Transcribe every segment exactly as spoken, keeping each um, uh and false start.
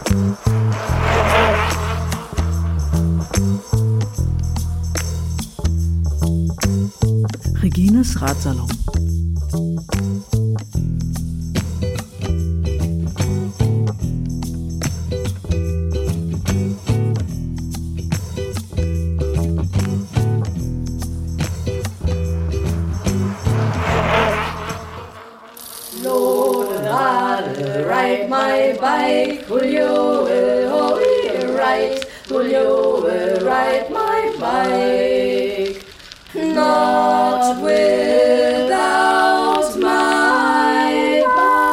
Regines Ratsalon. Ride my bike, will you, will you ride, will you ride my bike, not without my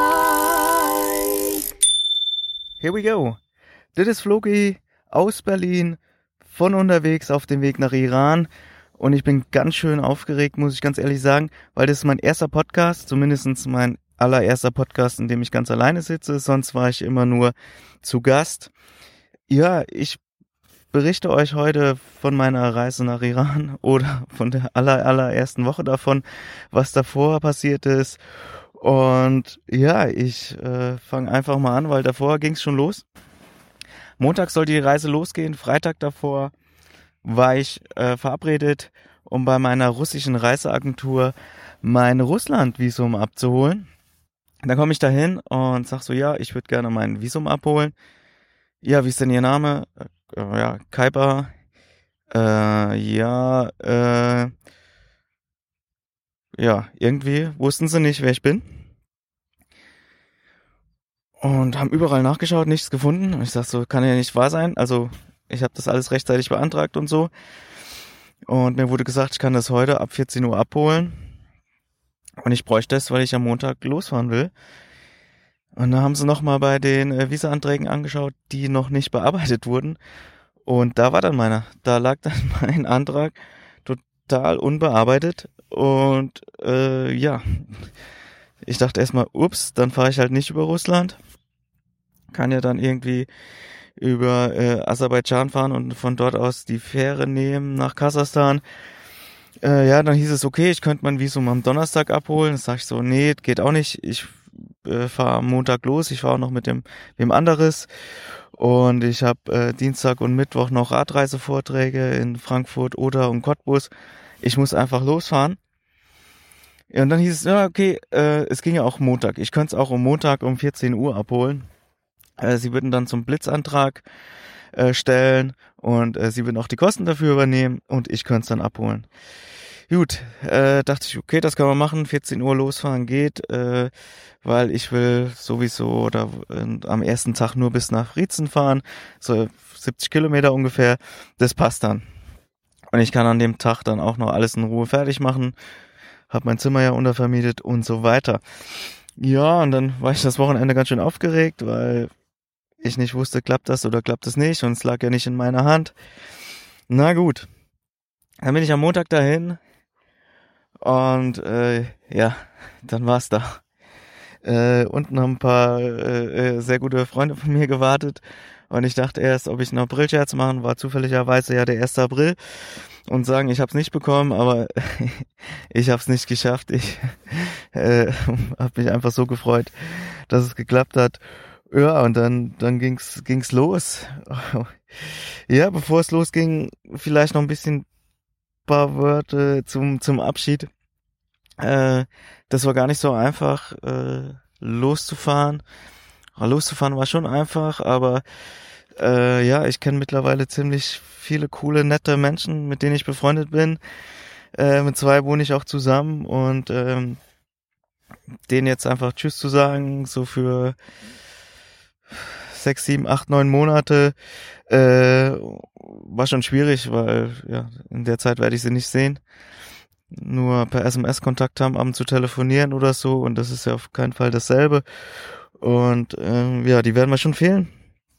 bike. Here we go. Das ist Floki aus Berlin, von unterwegs auf dem Weg nach Iran. Und ich bin ganz schön aufgeregt, muss ich ganz ehrlich sagen, weil das ist mein erster Podcast, zumindest mein allererster Podcast, in dem ich ganz alleine sitze. Sonst war ich immer nur zu Gast. Ja, ich berichte euch heute von meiner Reise nach Iran oder von der aller, allerersten Woche davon, was davor passiert ist. Und ja, ich äh, fange einfach mal an, weil davor ging es schon los. Montag sollte die Reise losgehen. Freitag davor war ich äh, verabredet, um bei meiner russischen Reiseagentur mein Russland-Visum abzuholen. Dann komme ich da hin und sag so, ja, ich würde gerne mein Visum abholen. Ja, wie ist denn Ihr Name? Äh, ja, Kuiper. Äh, ja, äh, ja, irgendwie wussten sie nicht, wer ich bin. Und haben überall nachgeschaut, nichts gefunden. Und ich sag so, kann ja nicht wahr sein. Also, ich habe das alles rechtzeitig beantragt und so. Und mir wurde gesagt, ich kann das heute ab vierzehn Uhr abholen. Und ich bräuchte das, weil ich am Montag losfahren will. Und da haben sie nochmal bei den äh, Visa-Anträgen angeschaut, die noch nicht bearbeitet wurden. Und da war dann meiner. Da lag dann mein Antrag total unbearbeitet. Und äh, ja, ich dachte erstmal, ups, dann fahre ich halt nicht über Russland. Kann ja dann irgendwie über äh, Aserbaidschan fahren und von dort aus die Fähre nehmen nach Kasachstan. Äh, ja, dann hieß es, okay, ich könnte mein Visum am Donnerstag abholen. Das sag ich so, nee, geht auch nicht. Ich äh, fahre am Montag los. Ich fahre auch noch mit dem wem anderes. Und ich habe äh, Dienstag und Mittwoch noch Radreisevorträge in Frankfurt, Oder und Cottbus. Ich muss einfach losfahren. Ja, und dann hieß es, ja, okay, äh, es ging ja auch Montag. Ich könnte es auch am Montag um vierzehn Uhr abholen. Äh, sie würden dann zum Blitzantrag äh, stellen und äh, sie würden auch die Kosten dafür übernehmen und ich könnte es dann abholen. Gut, äh, dachte ich, okay, das kann man machen, vierzehn Uhr losfahren geht, äh, weil ich will sowieso oder äh, am ersten Tag nur bis nach Rietzen fahren, so siebzig Kilometer ungefähr, das passt dann. Und ich kann an dem Tag dann auch noch alles in Ruhe fertig machen, hab mein Zimmer ja untervermietet und so weiter. Ja, und dann war ich das Wochenende ganz schön aufgeregt, weil ich nicht wusste, klappt das oder klappt es nicht und es lag ja nicht in meiner Hand. Na gut, dann bin ich am Montag dahin und äh, ja, dann war's da. Äh, unten haben ein paar äh, sehr gute Freunde von mir gewartet und ich dachte erst, ob ich einen Aprilscherz machen, war zufälligerweise ja der erste April und sagen, ich hab's nicht bekommen, aber ich hab's nicht geschafft. Ich äh, habe mich einfach so gefreut, dass es geklappt hat. Ja, und dann dann ging's ging's los. Ja, bevor es losging, vielleicht noch ein bisschen paar Wörter zum zum Abschied. Äh, das war gar nicht so einfach, äh, loszufahren. Loszufahren war schon einfach, aber äh, ja, ich kenne mittlerweile ziemlich viele coole, nette Menschen, mit denen ich befreundet bin. Äh, mit zwei wohne ich auch zusammen und ähm, denen jetzt einfach Tschüss zu sagen, so für sechs, sieben, acht, neun Monate, äh, war schon schwierig, weil ja in der Zeit werde ich sie nicht sehen. Nur per S M S Kontakt haben, abends zu telefonieren oder so und das ist ja auf keinen Fall dasselbe. Und ähm, ja, die werden mir schon fehlen.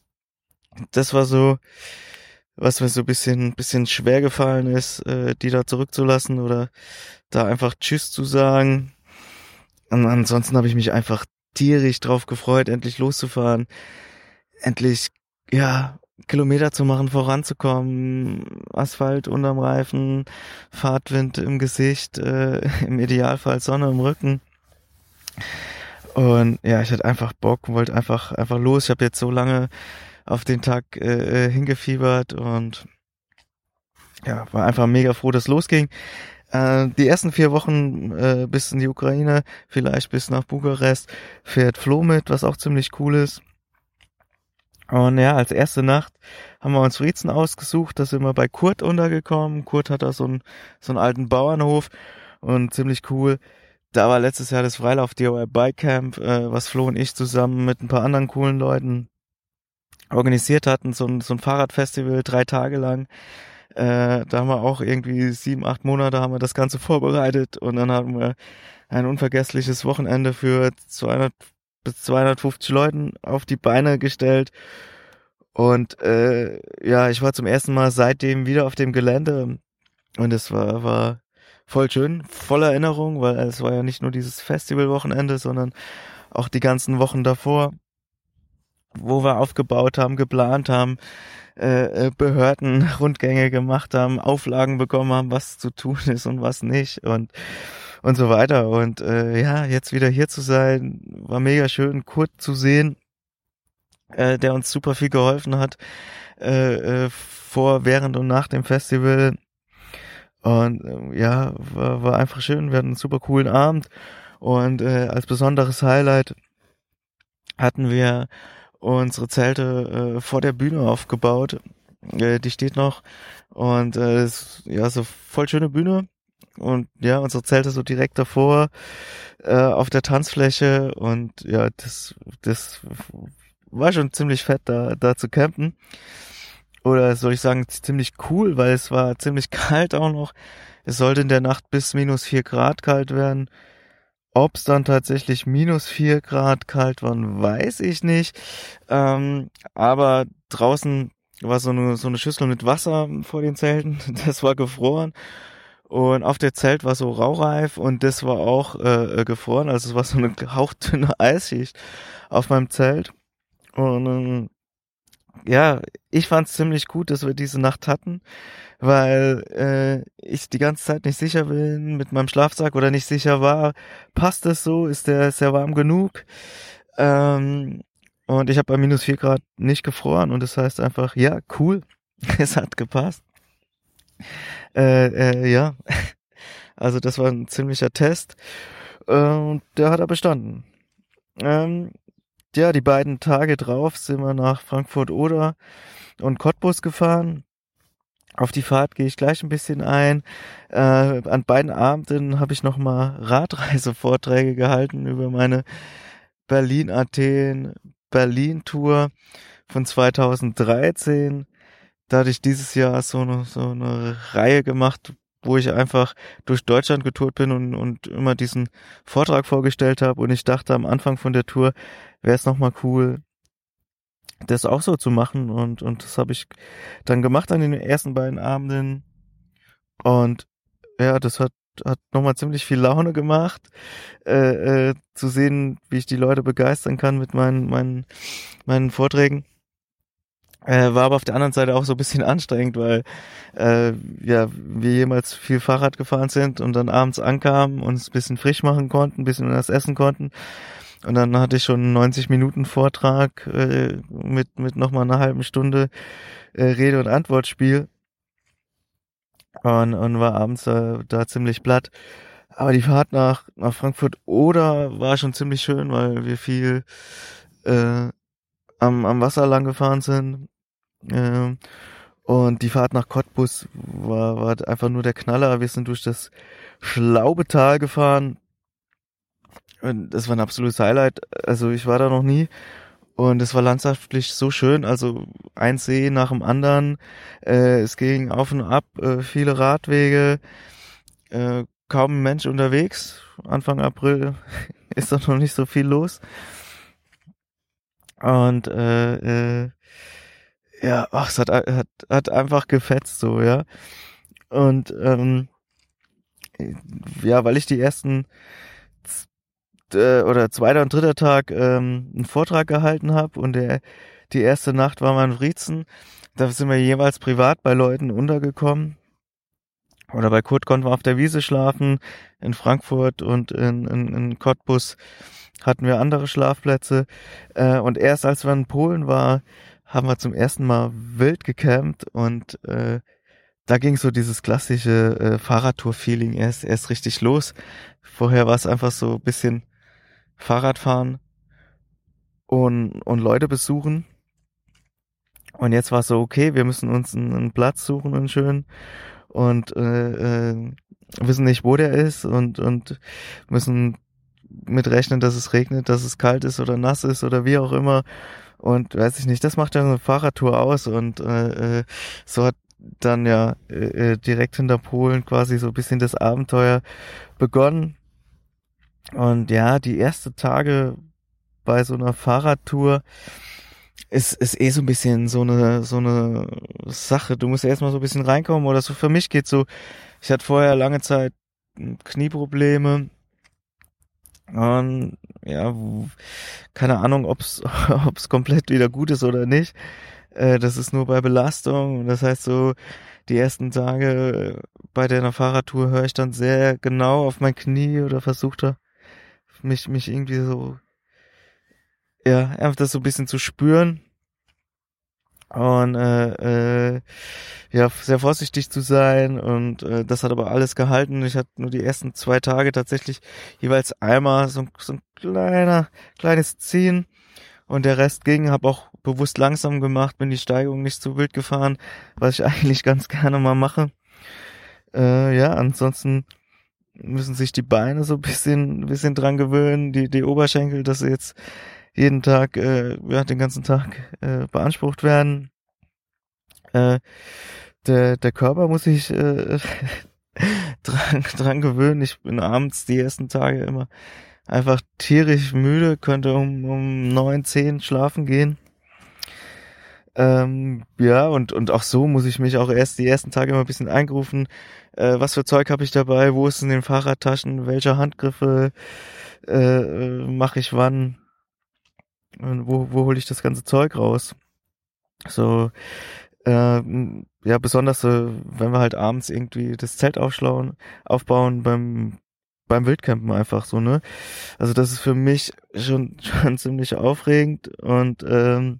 Das war so, was mir so ein bisschen, bisschen schwer gefallen ist, äh, die da zurückzulassen oder da einfach Tschüss zu sagen. Und ansonsten habe ich mich einfach tierisch drauf gefreut, endlich loszufahren, endlich, ja, Kilometer zu machen, voranzukommen, Asphalt unterm Reifen, Fahrtwind im Gesicht, äh, im Idealfall Sonne im Rücken. Und ja, ich hatte einfach Bock und wollte einfach einfach los. Ich habe jetzt so lange auf den Tag äh, hingefiebert und ja, war einfach mega froh, dass es losging. Äh, die ersten vier Wochen äh, bis in die Ukraine, vielleicht bis nach Bukarest, fährt Flo mit, was auch ziemlich cool ist. Und ja, als erste Nacht haben wir uns Wriezen ausgesucht, da sind wir bei Kurt untergekommen. Kurt hat da so einen, so einen alten Bauernhof und ziemlich cool. Da war letztes Jahr das Freilauf-D I Y Bike Camp, äh, was Flo und ich zusammen mit ein paar anderen coolen Leuten organisiert hatten, so ein, so ein Fahrradfestival, drei Tage lang. Äh, da haben wir auch irgendwie sieben, acht Monate haben wir das Ganze vorbereitet und dann haben wir ein unvergessliches Wochenende für zweihundert bis zweihundertfünfzig Leuten auf die Beine gestellt. Und äh, ja, ich war zum ersten Mal seitdem wieder auf dem Gelände und es war, war voll schön, voller Erinnerung, weil es war ja nicht nur dieses Festivalwochenende, sondern auch die ganzen Wochen davor, wo wir aufgebaut haben, geplant haben, äh, Behörden Rundgänge gemacht haben, Auflagen bekommen haben, was zu tun ist und was nicht und und so weiter. Und äh, ja, jetzt wieder hier zu sein, war mega schön, Kurt zu sehen, äh, der uns super viel geholfen hat, äh, äh, vor, während und nach dem Festival. Und äh, ja, war, war einfach schön. Wir hatten einen super coolen Abend und äh, als besonderes Highlight hatten wir unsere Zelte äh, vor der Bühne aufgebaut. Äh, die steht noch und äh, ist, ja, so voll schöne Bühne. Und ja, unsere Zelte so direkt davor äh, auf der Tanzfläche und ja, das das war schon ziemlich fett, da da zu campen. Oder soll ich sagen, ziemlich cool, weil es war ziemlich kalt auch noch. Es sollte in der Nacht bis minus vier Grad kalt werden. Ob es dann tatsächlich minus vier Grad kalt war, weiß ich nicht. Ähm, aber draußen war so eine so eine Schüssel mit Wasser vor den Zelten. Das war gefroren. Und auf der Zelt war so Raureif und das war auch äh, gefroren. Also es war so eine hauchdünne Eisschicht auf meinem Zelt. Und ähm, ja, ich fand es ziemlich gut, dass wir diese Nacht hatten, weil äh, ich die ganze Zeit nicht sicher bin mit meinem Schlafsack oder nicht sicher war, passt das so, ist der sehr warm genug? Ähm, und ich habe bei minus vier Grad nicht gefroren und das heißt einfach, ja, cool, es hat gepasst. Äh, äh, ja, also das war ein ziemlicher Test äh, und der hat er bestanden. Ähm, ja, die beiden Tage drauf sind wir nach Frankfurt-Oder und Cottbus gefahren. Auf die Fahrt gehe ich gleich ein bisschen ein. Äh, an beiden Abenden habe ich nochmal Radreisevorträge gehalten über meine Berlin-Athen-Berlin-Tour von zweitausenddreizehn. Da hatte ich dieses Jahr so eine, so eine Reihe gemacht, wo ich einfach durch Deutschland getourt bin und, und immer diesen Vortrag vorgestellt habe. Und ich dachte am Anfang von der Tour wäre es nochmal cool, das auch so zu machen. Und, und das habe ich dann gemacht an den ersten beiden Abenden. Und ja, das hat, hat nochmal ziemlich viel Laune gemacht, äh, äh, zu sehen, wie ich die Leute begeistern kann mit meinen, meinen, meinen Vorträgen. Äh, war aber auf der anderen Seite auch so ein bisschen anstrengend, weil äh, ja wir jemals viel Fahrrad gefahren sind und dann abends ankamen, uns ein bisschen frisch machen konnten, ein bisschen was essen konnten und dann hatte ich schon einen neunzig Minuten Vortrag äh, mit mit nochmal einer halben Stunde äh, Rede- und Antwortspiel und, und war abends äh, da ziemlich platt. Aber die Fahrt nach, nach Frankfurt-Oder war schon ziemlich schön, weil wir viel äh, am, am Wasser lang gefahren sind. Ähm, und die Fahrt nach Cottbus war, war einfach nur der Knaller. Wir sind durch das Schlaubetal gefahren. Und das war ein absolutes Highlight. Also ich war da noch nie. Und es war landschaftlich so schön. Also ein See nach dem anderen. Äh, es ging auf und ab, äh, viele Radwege. Äh, kaum ein Mensch unterwegs. Anfang April ist doch noch nicht so viel los. Und äh, äh, ja, ach, es hat, hat, hat einfach gefetzt so, ja. Und ähm, ja, weil ich die ersten äh, oder zweiter und dritter Tag ähm, einen Vortrag gehalten habe und der die erste Nacht war mal in Wriezen, da sind wir jeweils privat bei Leuten untergekommen. Oder bei Kurt konnten wir auf der Wiese schlafen. In Frankfurt und in, in, in Cottbus hatten wir andere Schlafplätze. Äh, und erst als wir in Polen waren, haben wir zum ersten Mal wild gecampt. Und äh, da ging so dieses klassische äh, Fahrradtour-Feeling erst, erst richtig los. Vorher war es einfach so ein bisschen Fahrradfahren und, und Leute besuchen. Und jetzt war es so, okay, wir müssen uns einen, einen Platz suchen, einen schönen. Und äh, äh, wissen nicht, wo der ist und und müssen mit rechnen, dass es regnet, dass es kalt ist oder nass ist oder wie auch immer. Und weiß ich nicht, das macht ja eine Fahrradtour aus. Und äh, äh, so hat dann ja äh, direkt hinter Polen quasi so ein bisschen das Abenteuer begonnen. Und ja, die ersten Tage bei so einer Fahrradtour ist ist eh so ein bisschen so eine so eine Sache. Du musst erstmal so ein bisschen reinkommen oder so. Für mich geht's so, ich hatte vorher lange Zeit Knieprobleme und ja, keine Ahnung, ob's ob's komplett wieder gut ist oder nicht. Äh, das ist nur bei Belastung. Das heißt so, die ersten Tage bei der Fahrradtour höre ich dann sehr genau auf mein Knie oder versuche da mich mich irgendwie so, ja, einfach das so ein bisschen zu spüren und äh, äh, ja, sehr vorsichtig zu sein und äh, das hat aber alles gehalten. Ich hatte nur die ersten zwei Tage tatsächlich jeweils einmal so, so ein kleiner, kleines Ziehen und der Rest ging, habe auch bewusst langsam gemacht, bin die Steigung nicht zu wild gefahren, was ich eigentlich ganz gerne mal mache. Äh, ja, ansonsten müssen sich die Beine so ein bisschen, bisschen dran gewöhnen, die, die Oberschenkel, dass sie jetzt jeden Tag, äh, ja, den ganzen Tag äh, beansprucht werden. Äh, der, der Körper muss sich äh, dran, dran gewöhnen. Ich bin abends die ersten Tage immer einfach tierisch müde, könnte um, um neun, zehn schlafen gehen. Ähm, ja, und, und auch so muss ich mich auch erst die ersten Tage immer ein bisschen eingerufen. Äh, was für Zeug habe ich dabei? Wo ist es in den Fahrradtaschen? Welche Handgriffe äh, mache ich wann? Und wo, wo hole ich das ganze Zeug raus? So, äh, ja, besonders so, wenn wir halt abends irgendwie das Zelt aufschlauen, aufbauen beim beim Wildcampen einfach so, ne? Also das ist für mich schon schon ziemlich aufregend und ähm,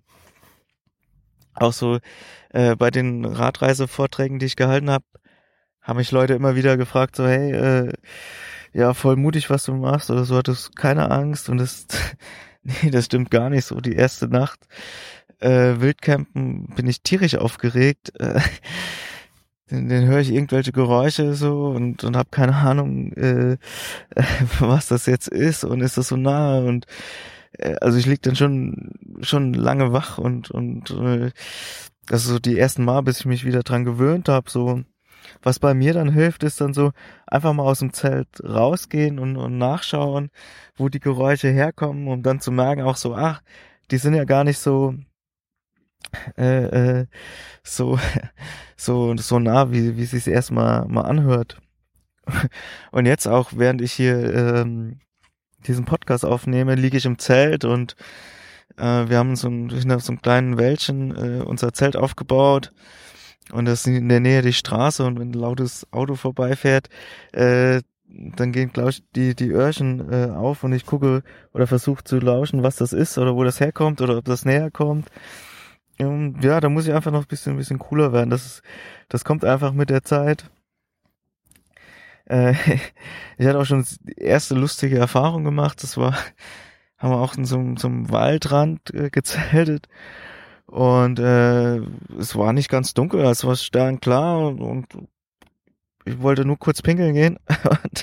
auch so äh, bei den Radreisevorträgen, die ich gehalten habe, haben mich Leute immer wieder gefragt, so, hey, äh, ja, voll mutig, was du machst, oder so, hattest keine Angst und das, nee, das stimmt gar nicht so. Die erste Nacht äh, Wildcampen bin ich tierisch aufgeregt, äh, dann, dann höre ich irgendwelche Geräusche so und, und habe keine Ahnung, äh, was das jetzt ist und ist das so nah und äh, also ich lieg dann schon schon lange wach und und äh, also so die ersten Mal, bis ich mich wieder dran gewöhnt habe, so was bei mir dann hilft, ist dann so einfach mal aus dem Zelt rausgehen und, und nachschauen, wo die Geräusche herkommen, um dann zu merken auch so, ach, die sind ja gar nicht so äh, äh, so so so nah, wie wie es sich erstmal mal anhört. Und jetzt auch, während ich hier ähm, diesen Podcast aufnehme, liege ich im Zelt und äh, wir haben so ein, hinter so einem kleinen Wäldchen äh, unser Zelt aufgebaut und das ist in der Nähe die Straße und wenn ein lautes Auto vorbeifährt, äh, dann gehen, glaube ich, die die Öhrchen äh, auf und ich gucke oder versuche zu lauschen, was das ist oder wo das herkommt oder ob das näher kommt. Und ja, da muss ich einfach noch ein bisschen ein bisschen cooler werden. Das ist, das kommt einfach mit der Zeit. Äh, ich hatte auch schon die erste lustige Erfahrung gemacht. Das war, haben wir auch in so einem, so einem Waldrand äh, gezeltet und äh, es war nicht ganz dunkel, es war sternklar und, und ich wollte nur kurz pinkeln gehen und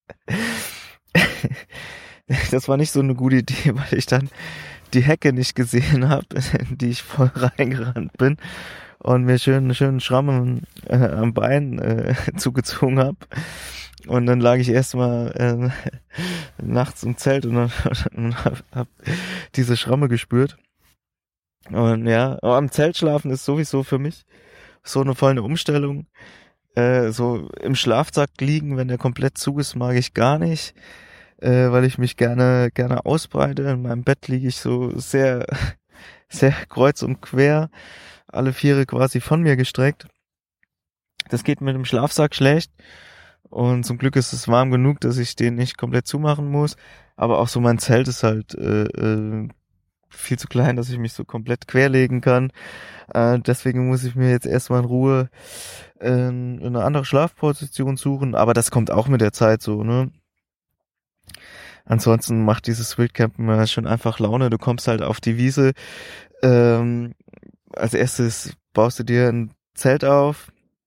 das war nicht so eine gute Idee, weil ich dann die Hecke nicht gesehen habe, in die ich voll reingerannt bin und mir schön schönen Schrammen äh, am Bein äh, zugezogen habe. Und dann lag ich erstmal äh, nachts im Zelt und, dann, und hab, hab diese Schramme gespürt. Und ja, aber am Zeltschlafen ist sowieso für mich so eine voll eine Umstellung. Äh, so im Schlafsack liegen, wenn der komplett zu ist, mag ich gar nicht, äh, weil ich mich gerne gerne ausbreite. In meinem Bett liege ich so sehr sehr kreuz und quer, alle Viere quasi von mir gestreckt. Das geht mit dem Schlafsack schlecht. Und zum Glück ist es warm genug, dass ich den nicht komplett zumachen muss. Aber auch so mein Zelt ist halt äh, äh, viel zu klein, dass ich mich so komplett querlegen kann. Äh, deswegen muss ich mir jetzt erstmal in Ruhe äh, eine andere Schlafposition suchen. Aber das kommt auch mit der Zeit so, ne? Ansonsten macht dieses Wildcampen ja schon einfach Laune. Du kommst halt auf die Wiese. Ähm, als erstes baust du dir ein Zelt auf,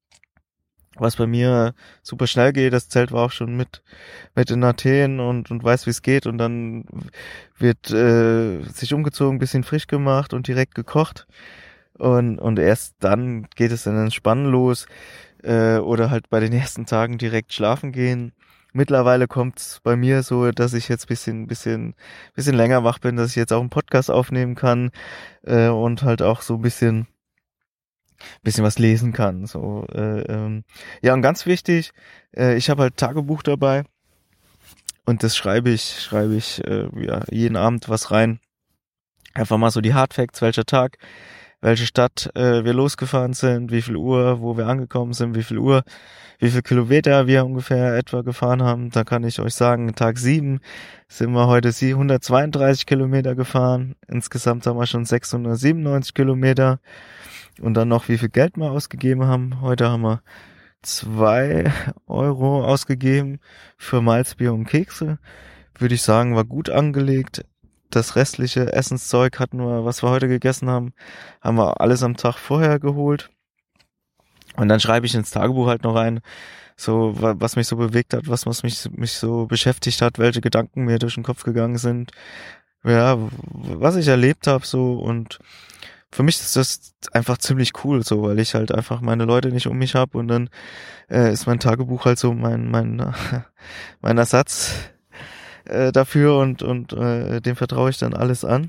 was bei mir super schnell geht. Das Zelt war auch schon mit mit in Athen und und weiß, wie es geht. Und dann wird äh, sich umgezogen, bisschen frisch gemacht und direkt gekocht. Und und erst dann geht es dann entspannen los. Äh, oder halt bei den ersten Tagen direkt schlafen gehen. Mittlerweile kommt's bei mir so, dass ich jetzt bisschen bisschen bisschen länger wach bin, dass ich jetzt auch einen Podcast aufnehmen kann äh, und halt auch so ein bisschen bisschen was lesen kann. So äh, ähm. Ja, und ganz wichtig, äh, ich habe halt Tagebuch dabei und das schreibe ich schreibe ich äh, ja jeden Abend was rein. Einfach mal so die Hardfacts, welcher Tag, welche Stadt äh, wir losgefahren sind, wie viel Uhr, wo wir angekommen sind, wie viel Uhr, wie viel Kilometer wir ungefähr etwa gefahren haben. Da kann ich euch sagen, Tag sieben sind wir heute hundertzweiunddreißig Kilometer gefahren. Insgesamt haben wir schon sechshundertsiebenundneunzig Kilometer. Und dann noch, wie viel Geld wir ausgegeben haben. Heute haben wir zwei Euro ausgegeben für Malzbier und Kekse. Würde ich sagen, war gut angelegt. Das restliche Essenszeug hatten wir, was wir heute gegessen haben, haben wir alles am Tag vorher geholt. Und dann schreibe ich ins Tagebuch halt noch rein, so was mich so bewegt hat, was mich, mich so beschäftigt hat, welche Gedanken mir durch den Kopf gegangen sind, ja, was ich erlebt habe so. Und für mich ist das einfach ziemlich cool, so, weil ich halt einfach meine Leute nicht um mich habe und dann äh, ist mein Tagebuch halt so mein mein mein Ersatz äh, dafür und und äh, dem vertraue ich dann alles an.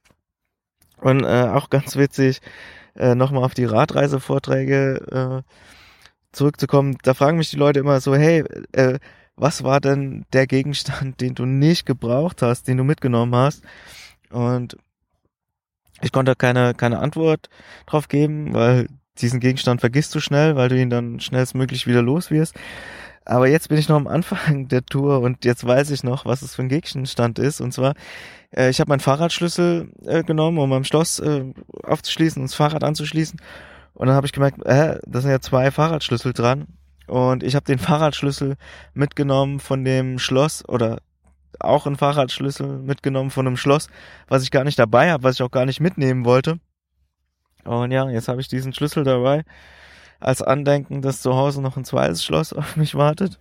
Und äh, auch ganz witzig, äh, nochmal auf die Radreisevorträge äh, zurückzukommen. Da fragen mich die Leute immer so, hey, äh, was war denn der Gegenstand, den du nicht gebraucht hast, den du mitgenommen hast? Und ich konnte keine keine Antwort drauf geben, weil diesen Gegenstand vergisst du schnell, weil du ihn dann schnellstmöglich wieder los wirst. Aber jetzt bin ich noch am Anfang der Tour und jetzt weiß ich noch, was es für ein Gegenstand ist. Und zwar, äh, ich habe meinen Fahrradschlüssel äh, genommen, um am Schloss äh, aufzuschließen und das Fahrrad anzuschließen. Und dann habe ich gemerkt, äh, da sind ja zwei Fahrradschlüssel dran. Und ich habe den Fahrradschlüssel mitgenommen von dem Schloss oder auch einen Fahrradschlüssel mitgenommen von einem Schloss, was ich gar nicht dabei habe, was ich auch gar nicht mitnehmen wollte. Und ja, jetzt habe ich diesen Schlüssel dabei, als Andenken, dass zu Hause noch ein zweites Schloss auf mich wartet.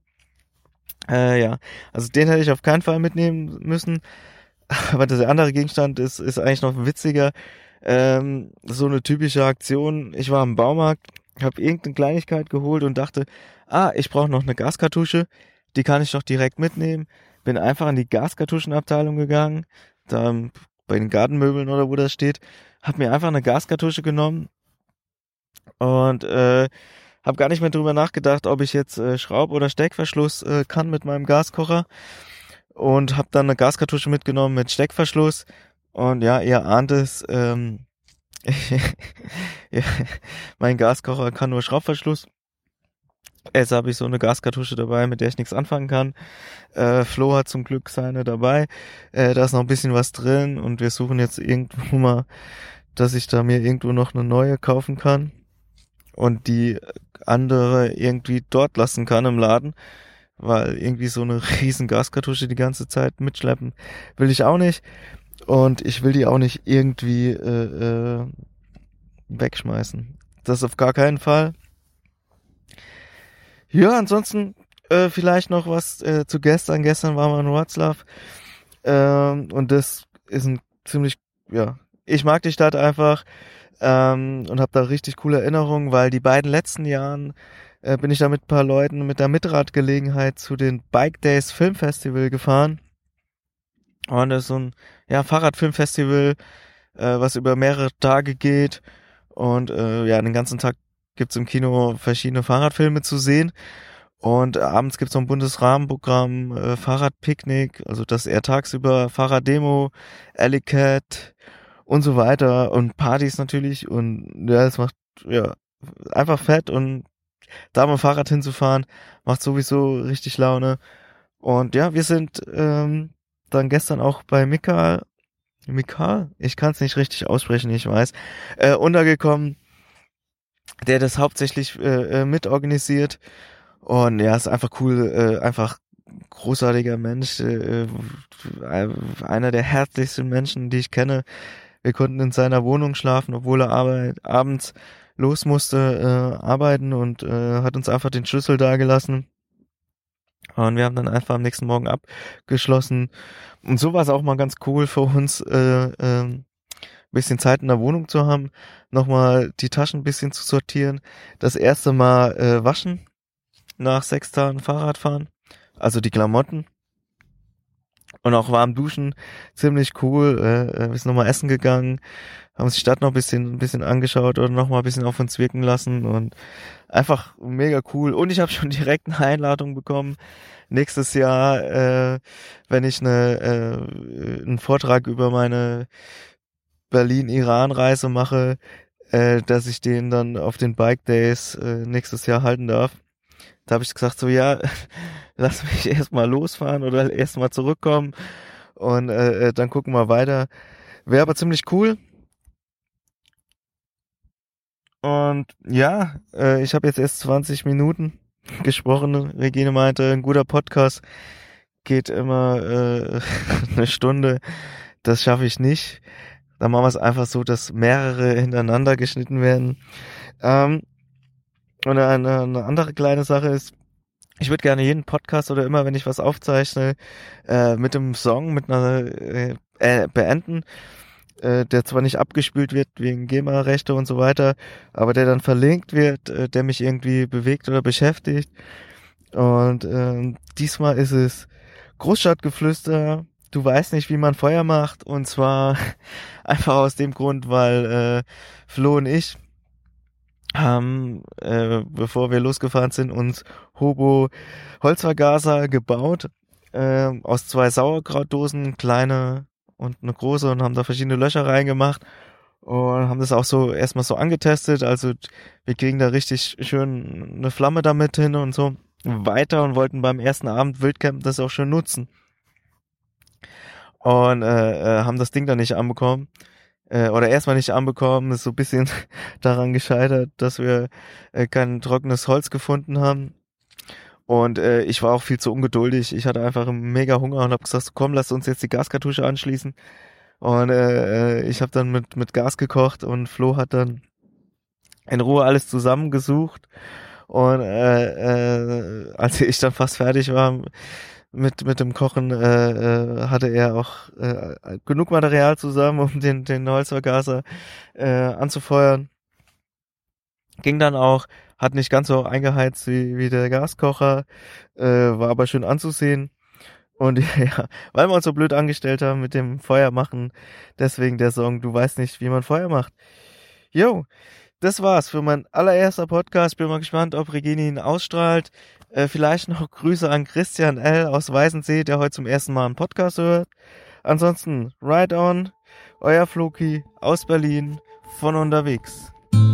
Äh, ja, also den hätte ich auf keinen Fall mitnehmen müssen. Aber der andere Gegenstand ist, ist eigentlich noch witziger. Ähm, so eine typische Aktion. Ich war im Baumarkt, habe irgendeine Kleinigkeit geholt und dachte, ah, ich brauche noch eine Gaskartusche. Die kann ich doch direkt mitnehmen. Bin einfach in die Gaskartuschenabteilung gegangen, da bei den Gartenmöbeln oder wo das steht, hab mir einfach eine Gaskartusche genommen und äh, habe gar nicht mehr drüber nachgedacht, ob ich jetzt äh, Schraub- oder Steckverschluss äh, kann mit meinem Gaskocher und habe dann eine Gaskartusche mitgenommen mit Steckverschluss und ja, ihr ahnt es, ähm, ja, mein Gaskocher kann nur Schraubverschluss. Jetzt habe ich so eine Gaskartusche dabei, mit der ich nichts anfangen kann. Äh, Flo hat zum Glück seine dabei. Äh, da ist noch ein bisschen was drin und wir suchen jetzt irgendwo mal, dass ich da mir irgendwo noch eine neue kaufen kann und die andere irgendwie dort lassen kann im Laden, weil irgendwie so eine riesen Gaskartusche die ganze Zeit mitschleppen will ich auch nicht und ich will die auch nicht irgendwie äh, äh, wegschmeißen. Das auf gar keinen Fall. Ja, ansonsten äh, vielleicht noch was äh, zu gestern. Gestern waren wir in Wrocław ähm, und das ist ein ziemlich, ja, ich mag die Stadt einfach ähm, und habe da richtig coole Erinnerungen, weil die beiden letzten Jahren äh, bin ich da mit ein paar Leuten mit der Mitradgelegenheit zu den Bike Days Filmfestival gefahren und das ist so ein ja Fahrradfilmfestival, äh, was über mehrere Tage geht und äh, ja den ganzen Tag gibt's im Kino verschiedene Fahrradfilme zu sehen und abends gibt's noch ein Bundesrahmenprogramm, äh, Fahrradpicknick, also das eher tagsüber, Fahrraddemo, Alley Cat und so weiter und Partys natürlich und ja, es macht ja einfach fett und da mit dem Fahrrad hinzufahren, macht sowieso richtig Laune. Und ja, wir sind ähm, dann gestern auch bei Mikael, Mikael, ich kann es nicht richtig aussprechen, ich weiß, äh, untergekommen, der das hauptsächlich äh, mitorganisiert. Und ja, ist einfach cool, äh, einfach großartiger Mensch, äh, einer der herzlichsten Menschen, die ich kenne. Wir konnten in seiner Wohnung schlafen, obwohl er arbeit, abends los musste äh, arbeiten und äh, hat uns einfach den Schlüssel dagelassen. Und wir haben dann einfach am nächsten Morgen abgeschlossen. Und so war es auch mal ganz cool für uns, äh, äh, ein bisschen Zeit in der Wohnung zu haben, nochmal die Taschen ein bisschen zu sortieren, das erste Mal äh, waschen nach sechs Tagen Fahrradfahren, also die Klamotten. Und auch warm duschen, ziemlich cool. Äh, wir sind nochmal essen gegangen, haben uns die Stadt noch ein bisschen, ein bisschen angeschaut oder nochmal ein bisschen auf uns wirken lassen und einfach mega cool. Und ich habe schon direkt eine Einladung bekommen, nächstes Jahr, äh, wenn ich eine, äh, einen Vortrag über meine Berlin-Iran-Reise mache, äh, dass ich den dann auf den Bike Days äh, nächstes Jahr halten darf. Da habe ich gesagt, so ja, lass mich erstmal losfahren oder erstmal zurückkommen und äh, dann gucken wir weiter. Wäre aber ziemlich cool. Und ja, äh, ich habe jetzt erst zwanzig Minuten gesprochen. Regine meinte, ein guter Podcast geht immer äh, eine Stunde. Das schaffe ich nicht. Dann machen wir es einfach so, dass mehrere hintereinander geschnitten werden. Ähm, Und eine, eine andere kleine Sache ist, ich würde gerne jeden Podcast oder immer, wenn ich was aufzeichne, äh, mit einem Song, mit einer äh, äh, beenden, äh, der zwar nicht abgespielt wird wegen GEMA-Rechte und so weiter, aber der dann verlinkt wird, äh, der mich irgendwie bewegt oder beschäftigt. Und äh, diesmal ist es Großstadtgeflüster, du weißt nicht, wie man Feuer macht, und zwar einfach aus dem Grund, weil äh, Flo und ich haben, äh, bevor wir losgefahren sind, uns Hobo Holzvergaser gebaut, äh, aus zwei Sauerkrautdosen, kleine und eine große, und haben da verschiedene Löcher reingemacht und haben das auch so erstmal so angetestet. Also wir kriegen da richtig schön eine Flamme damit hin und so weiter und wollten beim ersten Abend Wildcamp das auch schön nutzen. Und äh, äh, haben das Ding dann nicht anbekommen. Oder erstmal nicht anbekommen, ist so ein bisschen daran gescheitert, dass wir äh, kein trockenes Holz gefunden haben. Und äh, ich war auch viel zu ungeduldig. Ich hatte einfach mega Hunger und habe gesagt, komm, lass uns jetzt die Gaskartusche anschließen. Und äh, ich habe dann mit mit Gas gekocht und Flo hat dann in Ruhe alles zusammengesucht. Und äh, äh, als ich dann fast fertig war mit mit dem Kochen, äh, äh, hatte er auch äh, genug Material zusammen, um den den Holzvergaser äh, anzufeuern. Ging dann auch, hat nicht ganz so eingeheizt wie wie der Gaskocher, äh, war aber schön anzusehen. Und ja, weil wir uns so blöd angestellt haben mit dem Feuer machen, deswegen der Song, du weißt nicht, wie man Feuer macht. Jo, das war's für mein allererster Podcast. Bin mal gespannt, ob Regine ihn ausstrahlt. Äh, vielleicht noch Grüße an Christian L. aus Weißensee, der heute zum ersten Mal einen Podcast hört. Ansonsten, Ride On, euer Floki aus Berlin, von unterwegs.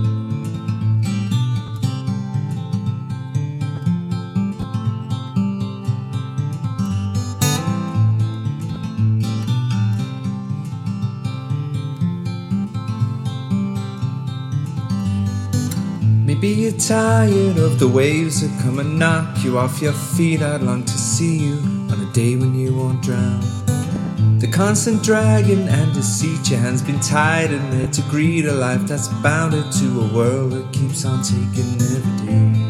Maybe you're tired of the waves that come and knock you off your feet. I'd long to see you on a day when you won't drown. The constant dragging and deceit, your hands been tied in there to greet a life that's bounded to a world that keeps on taking every day.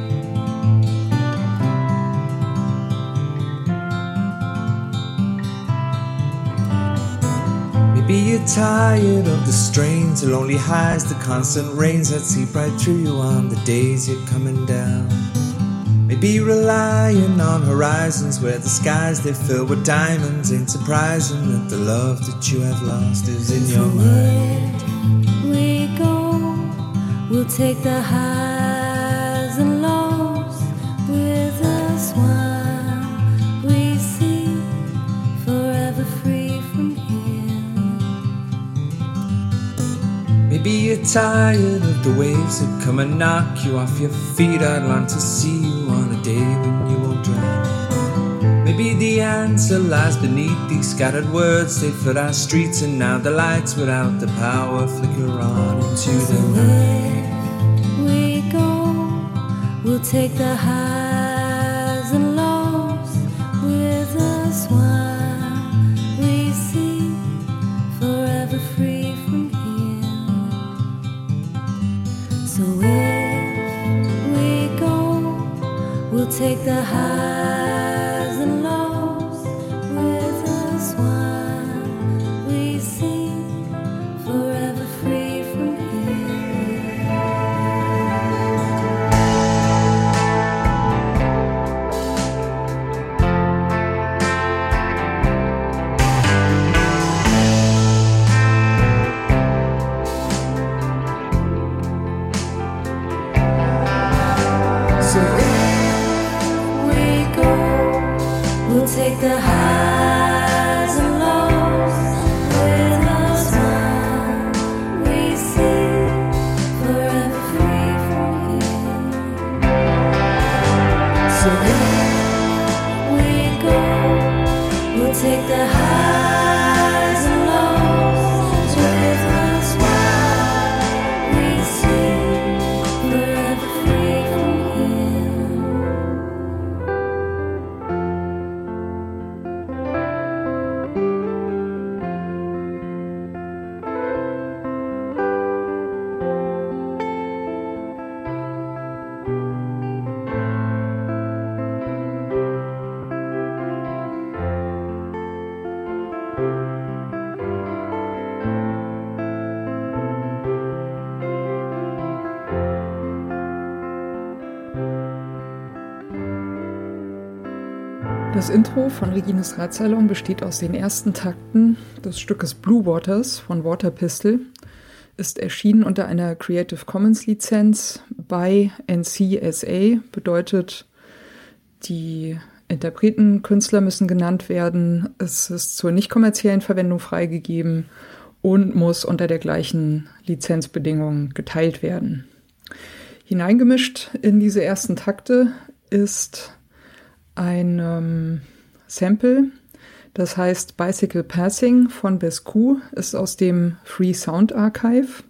Maybe you're tired of the strains, the lonely highs, the constant rains that seep right through you on the days you're coming down. Maybe relying on horizons where the skies they fill with diamonds. Ain't surprising that the love that you have lost is in your mind. We go, we'll take the highs and lows with a smile. We see forever free from here. Maybe you're tired of the waves that come and knock you off your feet. I'd long to see you on a day when you won't drown. Maybe the answer lies beneath these scattered words. They flood our streets and now the lights without the power flicker on into the night. If we go, we'll take the highs and lows with us while we see, forever free from here. So if we go, we'll take the highs and lows with us while we see, forever free from here. So If we go, we'll take the highs and lows with us while we see, forever free from here. so If we go, we'll take the highs and lows with us while we see, forever free from here. Das Intro von Regines Radsalon besteht aus den ersten Takten des Stückes Blue Waters von Water Pistol, ist erschienen unter einer Creative Commons Lizenz bei N C S A, bedeutet, die Interpreten, Künstler müssen genannt werden, es ist zur nicht kommerziellen Verwendung freigegeben und muss unter der gleichen Lizenzbedingung geteilt werden. Hineingemischt in diese ersten Takte ist ein ähm, Sample, das heißt Bicycle Passing von Bescu, ist aus dem Free Sound Archive.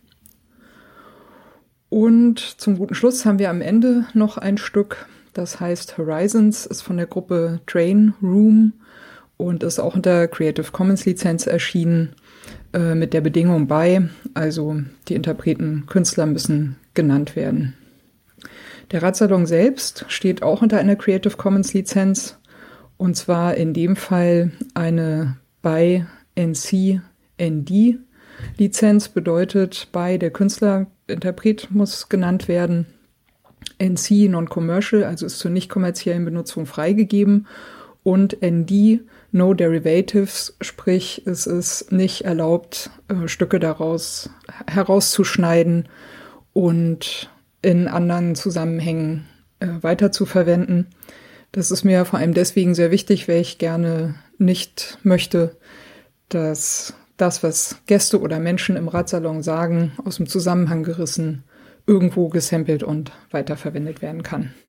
Und zum guten Schluss haben wir am Ende noch ein Stück, das heißt Horizons, ist von der Gruppe Train Room und ist auch unter Creative Commons Lizenz erschienen, äh, mit der Bedingung bei, also die Interpreten, Künstler müssen genannt werden. Der Radsalon selbst steht auch unter einer Creative Commons Lizenz, und zwar in dem Fall eine bei N C N D Lizenz, bedeutet bei der Künstler, Interpret muss genannt werden, N C Non-Commercial, also ist zur nicht kommerziellen Benutzung freigegeben, und N D No Derivatives, sprich es ist nicht erlaubt, äh, Stücke daraus herauszuschneiden und in anderen Zusammenhängen äh, weiter zu verwenden. Das ist mir vor allem deswegen sehr wichtig, weil ich gerne nicht möchte, dass das, was Gäste oder Menschen im Radsalon sagen, aus dem Zusammenhang gerissen, irgendwo gesampelt und weiterverwendet werden kann.